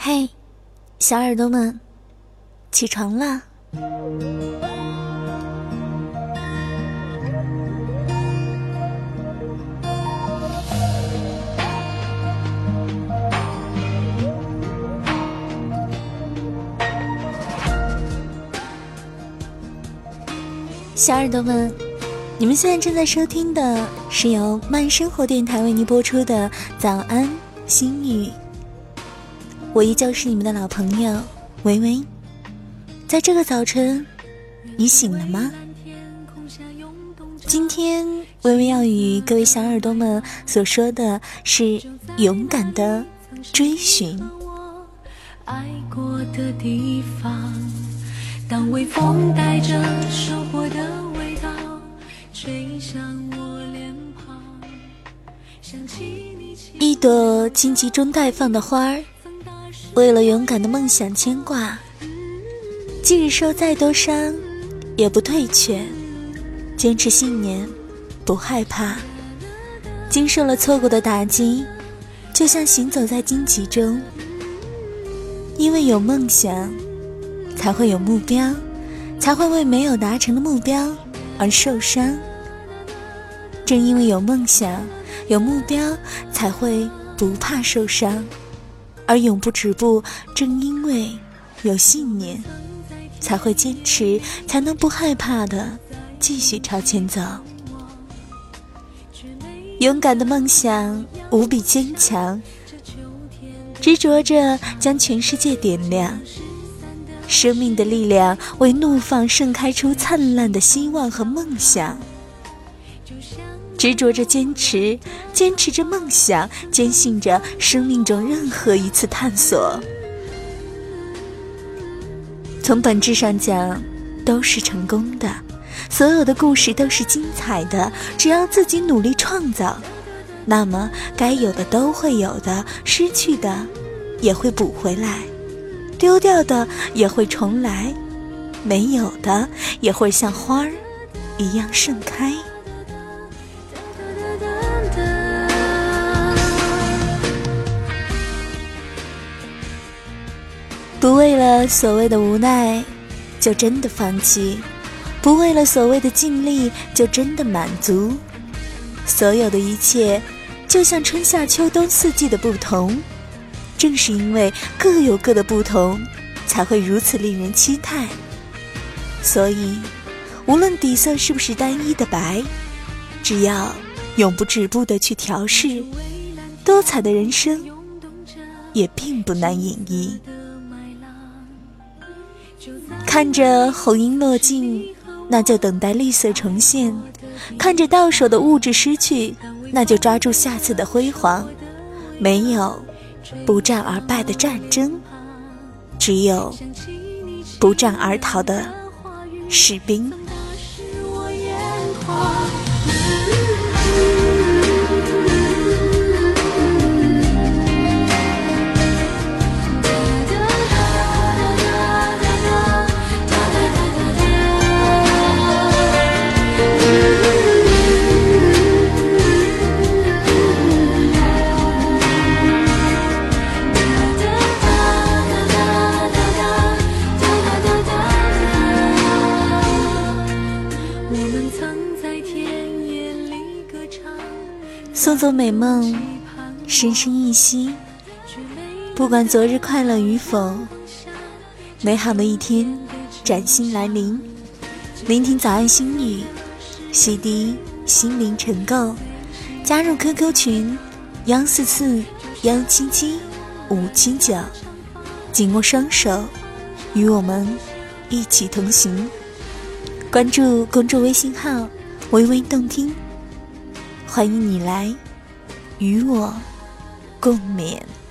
嘿，小耳朵们，起床啦！小耳朵们，你们现在正在收听的是由慢生活电台为您播出的早安心语，我依旧是你们的老朋友微微。在这个早晨，你醒了吗？今天微微要与各位小耳朵们所说的是勇敢的追寻。 爱过的地方，当微风带着收获的味道吹向我脸庞，想起你一朵荆棘中待放的花儿，为了勇敢的梦想牵挂，即使受再多伤也不退却，坚持信念不害怕，经受了错过的打击，就像行走在荆棘中。因为有梦想才会有目标，才会为没有达成的目标而受伤。正因为有梦想有目标，才会不怕受伤，而永不止步。正因为有信念才会坚持，才能不害怕的继续朝前走。勇敢的梦想无比坚强，执着着将全世界点亮。生命的力量为怒放盛开出灿烂的希望和梦想。执着着坚持，坚持着梦想，坚信着生命中任何一次探索。从本质上讲，都是成功的，所有的故事都是精彩的。只要自己努力创造，那么该有的都会有的，失去的也会补回来，丢掉的也会重来，没有的也会像花儿一样盛开。不为了所谓的无奈就真的放弃，不为了所谓的尽力就真的满足。所有的一切就像春夏秋冬四季的不同，正是因为各有各的不同，才会如此令人期待。所以无论底色是不是单一的白，只要永不止步地去调试，多彩的人生也并不难演绎。看着红樱落尽，那就等待绿色重现；看着到手的物质失去，那就抓住下次的辉煌。没有不战而败的战争，只有不战而逃的士兵。送走美梦，深深一息。不管昨日快乐与否，美好的一天崭新来临。聆听早安心语，洗涤心灵尘垢。加入 QQ 群144-177-579，紧握双手，与我们一起同行。关注公众微信号微微动听，欢迎你来与我共勉。